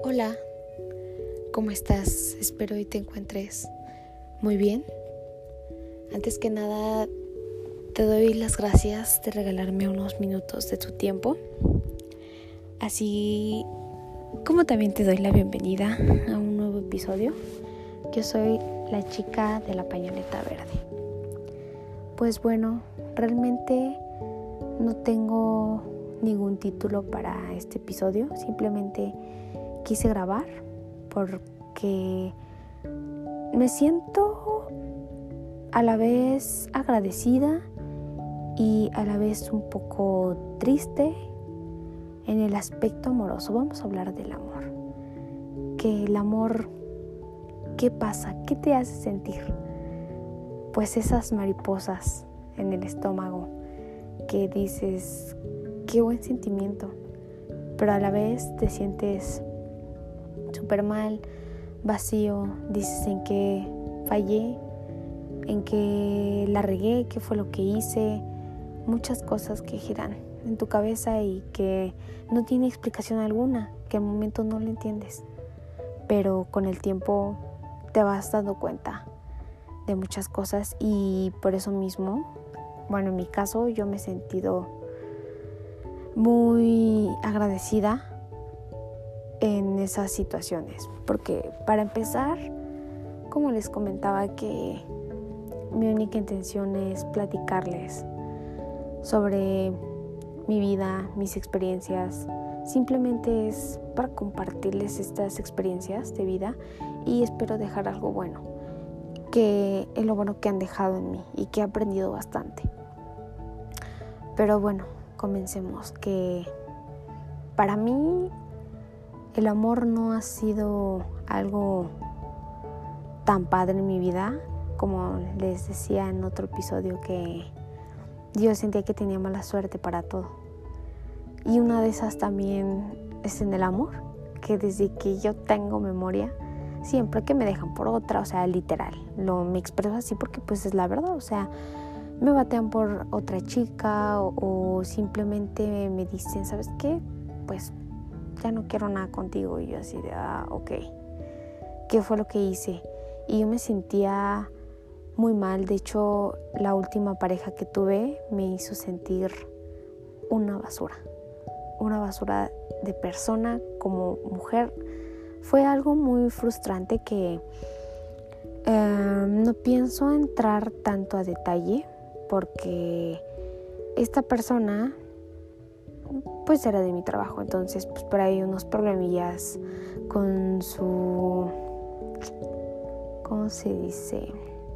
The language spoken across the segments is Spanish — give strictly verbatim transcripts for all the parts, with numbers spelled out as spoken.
Hola, ¿cómo estás? Espero y te encuentres muy bien. Antes que nada, te doy las gracias de regalarme unos minutos de tu tiempo. Así como también te doy la bienvenida a un nuevo episodio. Yo soy la chica de la pañoleta verde. Pues bueno, realmente no tengo ningún título para este episodio. Simplemente quise grabar porque me siento a la vez agradecida y a la vez un poco triste en el aspecto amoroso. Vamos a hablar del amor. Que el amor, ¿qué pasa? ¿Qué te hace sentir? Pues esas mariposas en el estómago que dices, qué buen sentimiento, pero a la vez te sientes súper mal, vacío, dices en qué fallé, en qué la regué, qué fue lo que hice, muchas cosas que giran en tu cabeza y que no tiene explicación alguna, que al momento no lo entiendes, pero con el tiempo te vas dando cuenta de muchas cosas y por eso mismo, bueno, en mi caso yo me he sentido muy agradecida en esas situaciones, porque para empezar, como les comentaba, que mi única intención es platicarles sobre mi vida, mis experiencias. Simplemente es para compartirles estas experiencias de vida y espero dejar algo bueno, que es lo bueno que han dejado en mí y que he aprendido bastante. Pero bueno, comencemos, que para mí el amor no ha sido algo tan padre en mi vida, como les decía en otro episodio, que yo sentía que tenía mala suerte para todo. Y una de esas también es en el amor, que desde que yo tengo memoria, siempre que me dejan por otra, o sea, literal, lo me expreso así porque pues es la verdad, o sea, me batean por otra chica o, o simplemente me dicen, ¿sabes qué? Pues ya no quiero nada contigo. Y yo así de, ah, ok, ¿qué fue lo que hice? Y yo me sentía muy mal. De hecho, la última pareja que tuve me hizo sentir una basura, una basura de persona como mujer. Fue algo muy frustrante que eh, no pienso entrar tanto a detalle porque esta persona pues era de mi trabajo, entonces pues por ahí unos problemillas con su, ¿cómo se dice?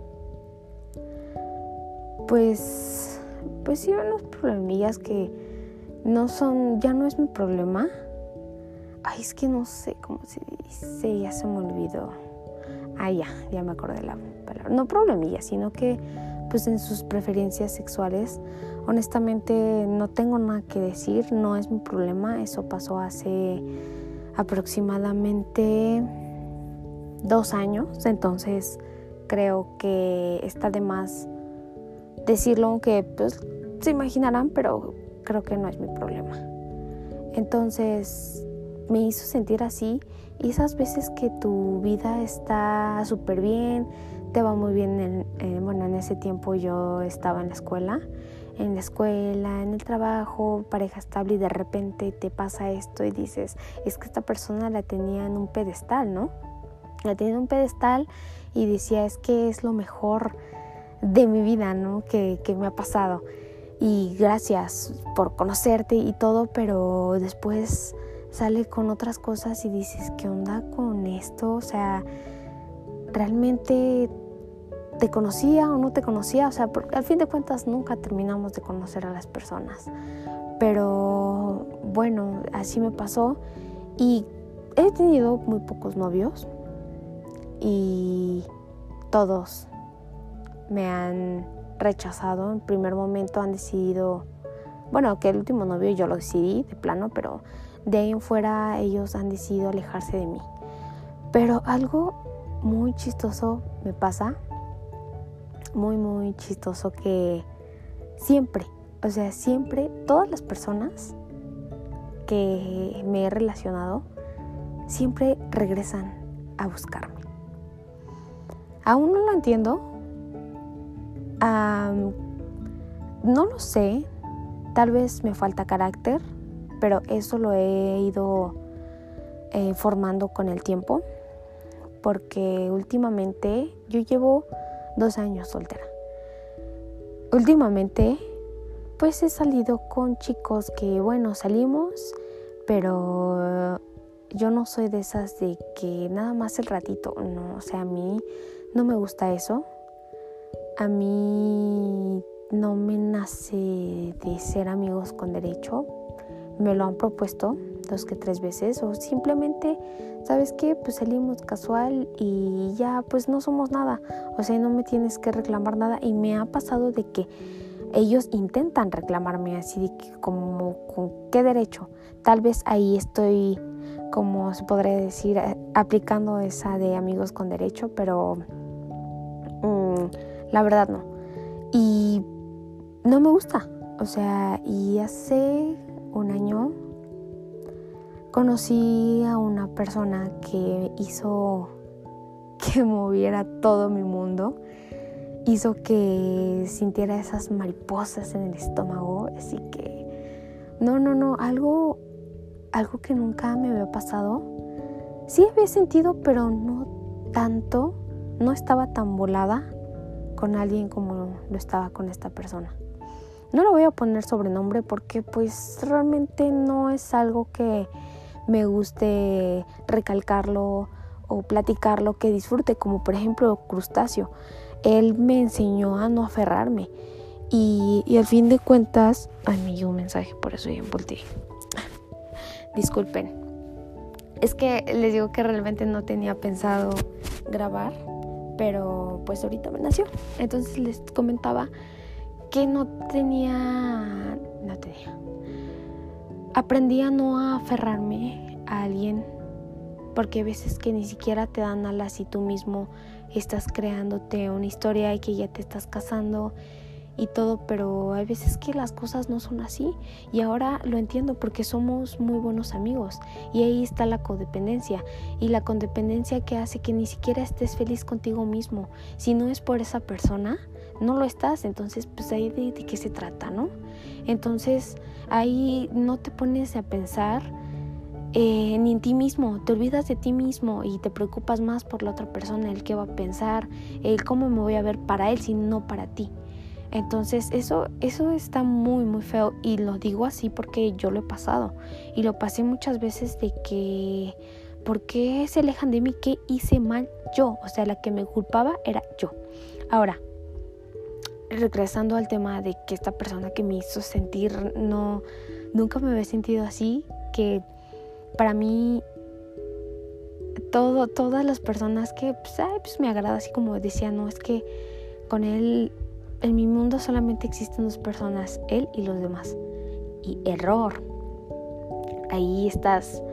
Pues, pues sí, unos problemillas que no son, ya no es mi problema. Ay, es que no sé cómo se dice, ya se me olvidó. Ah, ya, ya me acordé la palabra. No problemillas, sino que pues en sus preferencias sexuales, honestamente no tengo nada que decir, no es mi problema. Eso pasó hace aproximadamente dos años, entonces creo que está de más decirlo, aunque pues se imaginarán, pero creo que no es mi problema. Entonces me hizo sentir así, y esas veces que tu vida está súper bien, te va muy bien, en, eh, bueno, en ese tiempo yo estaba en la escuela, en la escuela, en el trabajo, pareja estable, y de repente te pasa esto y dices, es que esta persona la tenía en un pedestal, ¿no? La tenía en un pedestal y decía, es que es lo mejor de mi vida, ¿no? Que, que me ha pasado. Y gracias por conocerte y todo, pero después sale con otras cosas y dices, ¿qué onda con esto? O sea, ¿realmente te conocía o no te conocía? O sea, porque al fin de cuentas nunca terminamos de conocer a las personas. Pero bueno, así me pasó y he tenido muy pocos novios y todos me han rechazado. En primer momento han decidido, bueno, que el último novio yo lo decidí de plano, pero de ahí en fuera ellos han decidido alejarse de mí. Pero algo muy chistoso me pasa, muy muy chistoso, que siempre, o sea, siempre todas las personas que me he relacionado siempre regresan a buscarme. Aún no lo entiendo, um, no lo sé, tal vez me falta carácter, pero eso lo he ido eh, formando con el tiempo, porque últimamente yo llevo dos años soltera. Últimamente pues he salido con chicos que bueno, salimos, pero yo no soy de esas de que nada más el ratito, no, o sea, a mí no me gusta eso. A mí no me nace de ser amigos con derecho. Me lo han propuesto dos que tres veces, o simplemente, ¿sabes qué? Pues salimos casual y ya pues no somos nada. O sea, no me tienes que reclamar nada. Y me ha pasado de que ellos intentan reclamarme así, de que como con qué derecho. Tal vez ahí estoy, como se podría decir, aplicando esa de amigos con derecho, pero mmm, la verdad no. Y no me gusta. O sea, y hace un año conocí a una persona que hizo que moviera todo mi mundo. Hizo que sintiera esas mariposas en el estómago. Así que, no, no, no, algo, algo que nunca me había pasado. Sí había sentido, pero no tanto. No estaba tan volada con alguien como lo estaba con esta persona. No le voy a poner sobrenombre porque pues realmente no es algo que me guste recalcarlo o platicarlo, que disfrute, como por ejemplo Crustáceo. Él me enseñó a no aferrarme y, y al fin de cuentas, ay, me llegó un mensaje, por eso ya volteé. Disculpen, es que les digo que realmente no tenía pensado grabar, pero pues ahorita me nació. Entonces les comentaba que no tenía, no tenía, aprendí a no aferrarme a alguien, porque hay veces que ni siquiera te dan alas y tú mismo estás creándote una historia y que ya te estás casando y todo, pero hay veces que las cosas no son así y ahora lo entiendo porque somos muy buenos amigos y ahí está la codependencia y la codependencia que hace que ni siquiera estés feliz contigo mismo. Si no es por esa persona, no lo estás, entonces pues ahí de, de qué se trata, ¿no? Entonces ahí no te pones a pensar eh, ni en ti mismo, te olvidas de ti mismo y te preocupas más por la otra persona, el qué va a pensar, el cómo me voy a ver para él, sino para ti. Entonces eso, eso está muy muy feo y lo digo así porque yo lo he pasado y lo pasé muchas veces de que ¿por qué se alejan de mí? ¿Qué hice mal yo? O sea, la que me culpaba era yo. Ahora, regresando al tema de que esta persona que me hizo sentir, no, nunca me había sentido así, que para mí todo, todas las personas que pues, ay, pues me agrada, así como decía, no, es que con él, en mi mundo solamente existen dos personas, él y los demás. Y error, ahí estás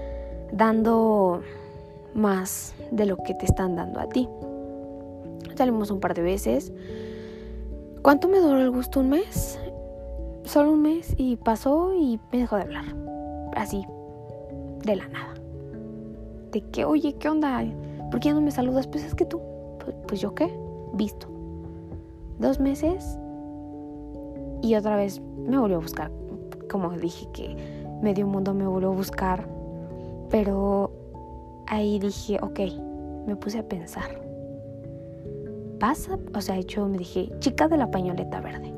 dando más de lo que te están dando a ti. Salimos un par de veces. ¿Cuánto me duró el gusto? ¿Un mes? Solo un mes y pasó y me dejó de hablar. Así, de la nada. De que, oye, ¿qué onda? ¿Por qué ya no me saludas? Pues es que tú. Pues, pues yo qué, visto. Dos meses y otra vez me volvió a buscar. Como dije que medio mundo me volvió a buscar. Pero ahí dije, ok, me puse a pensar. ¿Vas a, o sea, yo me dije, chica de la pañoleta verde,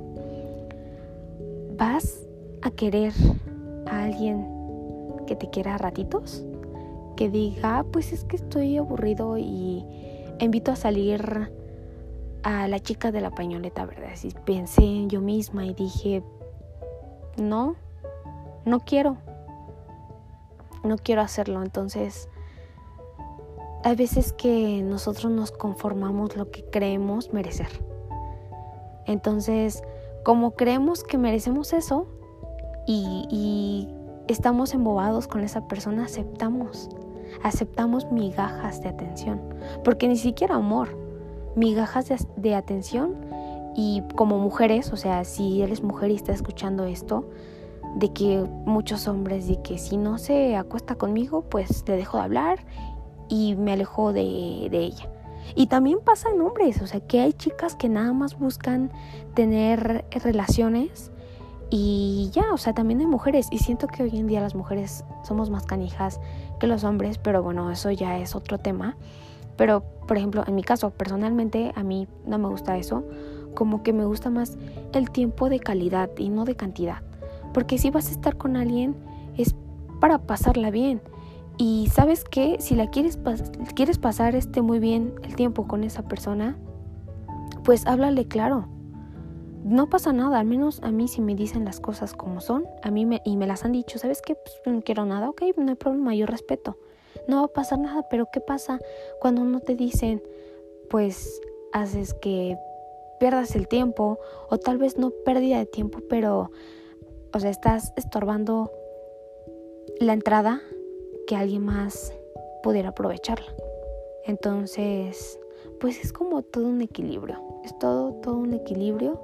¿vas a querer a alguien que te quiera a ratitos? Que diga, ah, pues es que estoy aburrido y invito a salir a la chica de la pañoleta verde. Así pensé en yo misma y dije, no, no quiero, no quiero hacerlo. Entonces, hay veces que nosotros nos conformamos lo que creemos merecer. Entonces, como creemos que merecemos eso y, y estamos embobados con esa persona, aceptamos, aceptamos migajas de atención, porque ni siquiera amor, migajas de, de atención. Y como mujeres, o sea, si eres mujer y estás escuchando esto, de que muchos hombres de que si no se acuesta conmigo, pues le dejo de hablar y me alejo de, de ella. Y también pasa en hombres, o sea, que hay chicas que nada más buscan tener relaciones y ya, o sea, también hay mujeres. Y siento que hoy en día las mujeres somos más canijas que los hombres, pero bueno, eso ya es otro tema. Pero, por ejemplo, en mi caso, personalmente, a mí no me gusta eso. Como que me gusta más el tiempo de calidad y no de cantidad. Porque si vas a estar con alguien, es para pasarla bien. Y ¿sabes qué? Si la quieres, pas- quieres pasar este muy bien el tiempo con esa persona, pues háblale claro. No pasa nada, al menos a mí si me dicen las cosas como son, a mí me, y me las han dicho, ¿sabes qué? Pues no quiero nada, ok, no hay problema, yo respeto. No va a pasar nada, pero ¿qué pasa cuando no te dicen? Pues haces que pierdas el tiempo, o tal vez no pérdida de tiempo, pero, o sea, estás estorbando la entrada que alguien más pudiera aprovecharla. Entonces, pues es como todo un equilibrio, es todo, todo un equilibrio.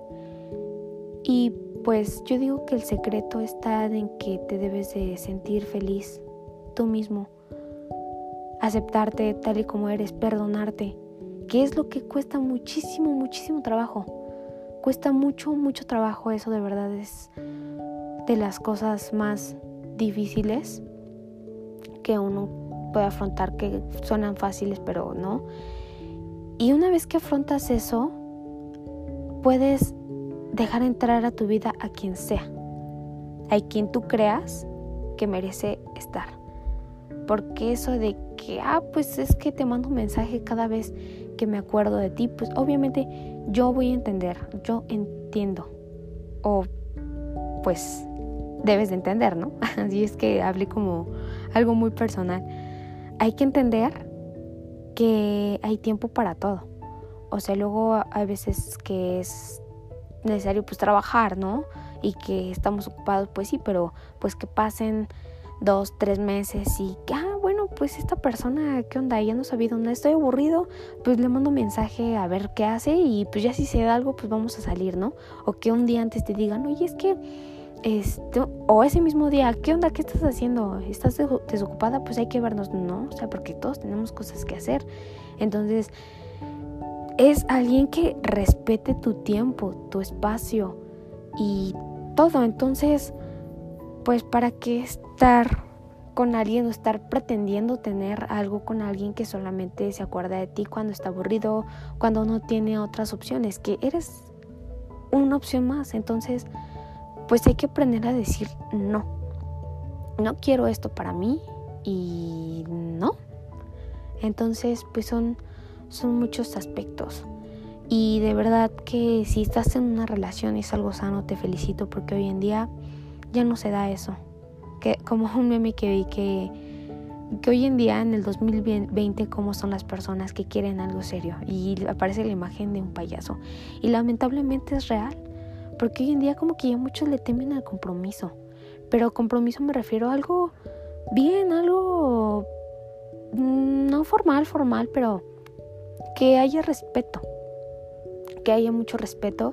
Y pues yo digo que el secreto está en que te debes de sentir feliz tú mismo, aceptarte tal y como eres, perdonarte, que es lo que cuesta muchísimo, muchísimo trabajo. Cuesta mucho, mucho trabajo, eso de verdad es de las cosas más difíciles que uno puede afrontar, que suenan fáciles, pero no. Y una vez que afrontas eso, puedes dejar entrar a tu vida a quien sea, a quien tú creas que merece estar. Porque eso de que, ah, pues es que te mando un mensaje cada vez que me acuerdo de ti, pues obviamente yo voy a entender, yo entiendo. O pues debes de entender, ¿no? Así es que hablé como algo muy personal. Hay que entender que hay tiempo para todo. O sea, luego hay veces que es necesario pues trabajar, ¿no? Y que estamos ocupados, pues sí, pero pues que pasen dos, tres meses y que, ah, bueno, pues esta persona, ¿qué onda? Ya no sabía dónde estoy aburrido, pues le mando un mensaje a ver qué hace y pues ya si se da algo, pues vamos a salir, ¿no? O que un día antes te digan, oye, es que, este, o ese mismo día, ¿qué onda? ¿Qué estás haciendo? ¿Estás desocupada? Pues hay que vernos, ¿no? O sea, porque todos tenemos cosas que hacer. Entonces, es alguien que respete tu tiempo, tu espacio y todo. Entonces, pues ¿para qué estar con alguien o estar pretendiendo tener algo con alguien que solamente se acuerda de ti cuando está aburrido, cuando no tiene otras opciones, que eres una opción más? Entonces, pues hay que aprender a decir no. No quiero esto para mí y no. Entonces, pues son son muchos aspectos. Y de verdad que si estás en una relación y es algo sano, te felicito, porque hoy en día ya no se da eso. Que como un meme que vi que, que hoy en día en el dos mil veinte cómo son las personas que quieren algo serio y aparece la imagen de un payaso. Y lamentablemente es real, porque hoy en día como que ya muchos le temen al compromiso. Pero compromiso me refiero a algo bien, algo no formal, formal, pero que haya respeto, que haya mucho respeto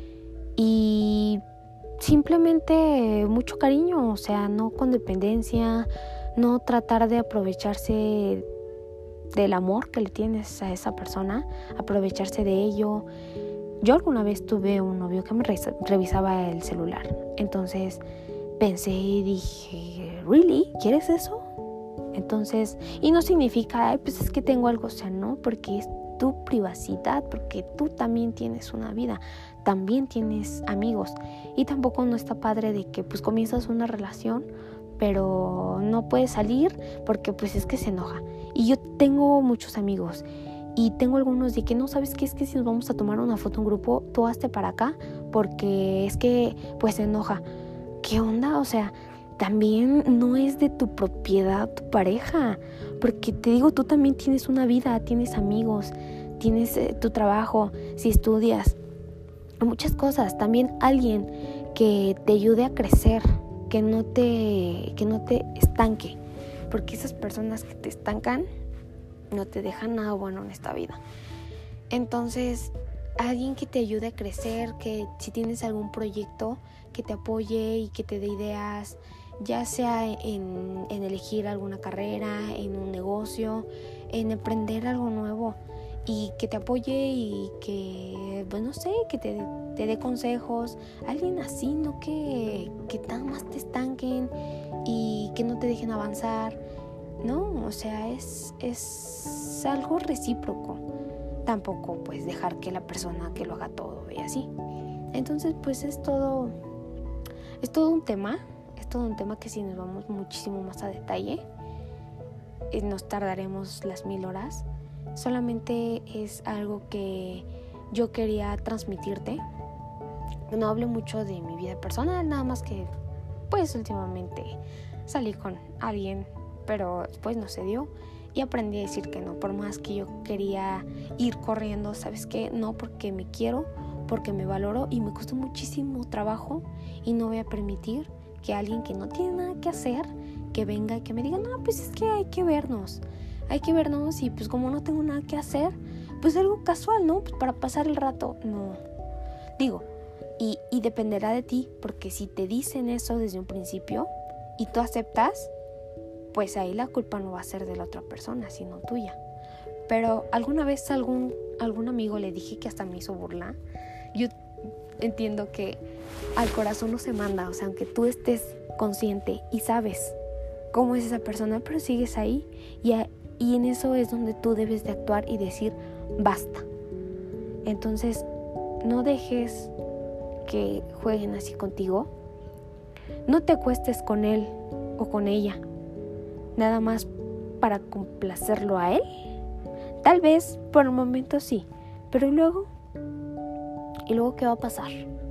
y simplemente mucho cariño, o sea, no con dependencia, no tratar de aprovecharse del amor que le tienes a esa persona, aprovecharse de ello. Yo alguna vez tuve un novio que me revisaba el celular, entonces pensé y dije, ¿really? ¿Quieres eso? Entonces, y no significa, ay, pues es que tengo algo, o sea, no, porque es tu privacidad, porque tú también tienes una vida, también tienes amigos, y tampoco no está padre de que pues comienzas una relación pero no puedes salir porque pues es que se enoja. Y yo tengo muchos amigos y tengo algunos de que no, ¿sabes qué? Es que si nos vamos a tomar una foto en grupo, tú hazte para acá porque es que pues se enoja. ¿Qué onda? O sea, también no es de tu propiedad tu pareja, porque te digo, tú también tienes una vida, tienes amigos, tienes eh, tu trabajo, si estudias, muchas cosas. También alguien que te ayude a crecer, que no te, que no te estanque, porque esas personas que te estancan no te dejan nada bueno en esta vida. Entonces, alguien que te ayude a crecer, que si tienes algún proyecto que te apoye y que te dé ideas, ya sea en, en elegir alguna carrera, en un negocio, en emprender algo nuevo, y que te apoye y que, pues no sé, que te, te dé consejos, alguien así, no que, que nada más te estanquen y que no te dejen avanzar, no, o sea, es, es algo recíproco. Tampoco pues dejar que la persona que lo haga todo y así. Entonces pues es todo, es todo un tema, es todo un tema que si nos vamos muchísimo más a detalle, eh, nos tardaremos las mil horas. Solamente es algo que yo quería transmitirte. No hablo mucho de mi vida personal, nada más que pues últimamente salí con alguien, pero después no se dio. Y aprendí a decir que no, por más que yo quería ir corriendo, ¿sabes qué? No, porque me quiero, porque me valoro y me costó muchísimo trabajo y no voy a permitir que alguien que no tiene nada que hacer, que venga y que me diga, no, pues es que hay que vernos, hay que vernos y pues como no tengo nada que hacer, pues algo casual, ¿no? Pues para pasar el rato, no. Digo, y, y dependerá de ti, porque si te dicen eso desde un principio y tú aceptas, pues ahí la culpa no va a ser de la otra persona, sino tuya. Pero alguna vez a algún, algún amigo le dije que hasta me hizo burla. Yo entiendo que al corazón no se manda, o sea, aunque tú estés consciente y sabes cómo es esa persona, pero sigues ahí y, a, y en eso es donde tú debes de actuar y decir basta. Entonces, no dejes que jueguen así contigo. No te acuestes con él o con ella nada más para complacerlo a él. Tal vez por el momento sí, pero luego y luego ¿qué va a pasar?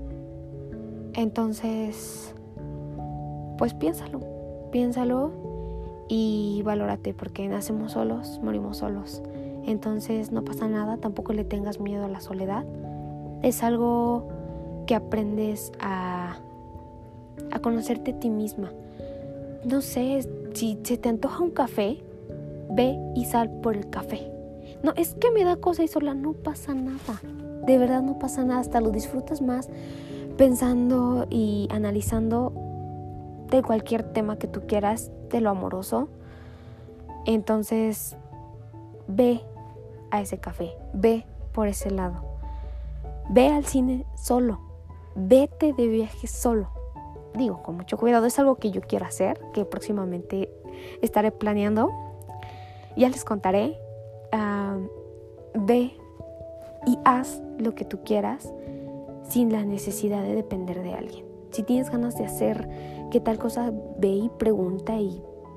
Entonces pues piénsalo piénsalo y valórate, porque nacemos solos, morimos solos. Entonces no pasa nada, tampoco le tengas miedo a la soledad. Es algo que aprendes a a conocerte a ti misma. No sé, si se te antoja un café, ve y sal por el café. No, es que me da cosa y sola, no pasa nada. De verdad no pasa nada, hasta lo disfrutas más pensando y analizando de cualquier tema que tú quieras, de lo amoroso. Entonces, ve a ese café, ve por ese lado. Ve al cine solo, vete de viaje solo. Digo, con mucho cuidado, es algo que yo quiero hacer, que próximamente estaré planeando. Ya les contaré. Uh, ve y haz lo que tú quieras sin la necesidad de depender de alguien. Si tienes ganas de hacer que tal cosa, ve y pregunta y,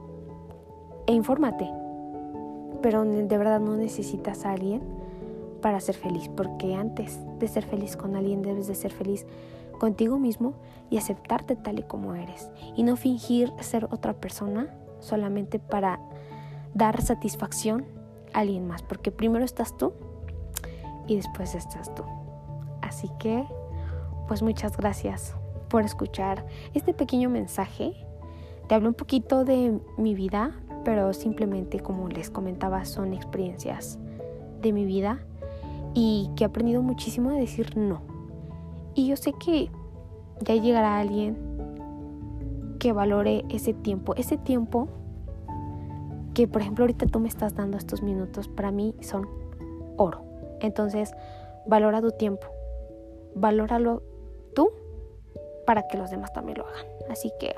e infórmate. Pero de verdad no necesitas a alguien para ser feliz, porque antes de ser feliz con alguien debes de ser feliz contigo mismo y aceptarte tal y como eres, y no fingir ser otra persona solamente para dar satisfacción a alguien más, porque primero estás tú y después estás tú. Así que pues muchas gracias por escuchar este pequeño mensaje. Te hablo un poquito de mi vida, pero simplemente, como les comentaba, son experiencias de mi vida y que he aprendido muchísimo a decir no. Y yo sé que ya llegará alguien que valore ese tiempo, ese tiempo que, por ejemplo, ahorita tú me estás dando estos minutos, para mí son oro. Entonces, valora tu tiempo, valóralo tú para que los demás también lo hagan. Así que,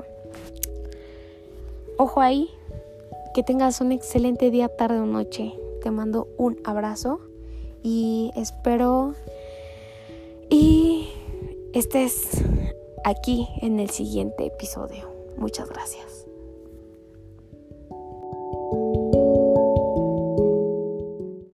ojo ahí, que tengas un excelente día, tarde o noche. Te mando un abrazo y espero y estés aquí en el siguiente episodio. Muchas gracias.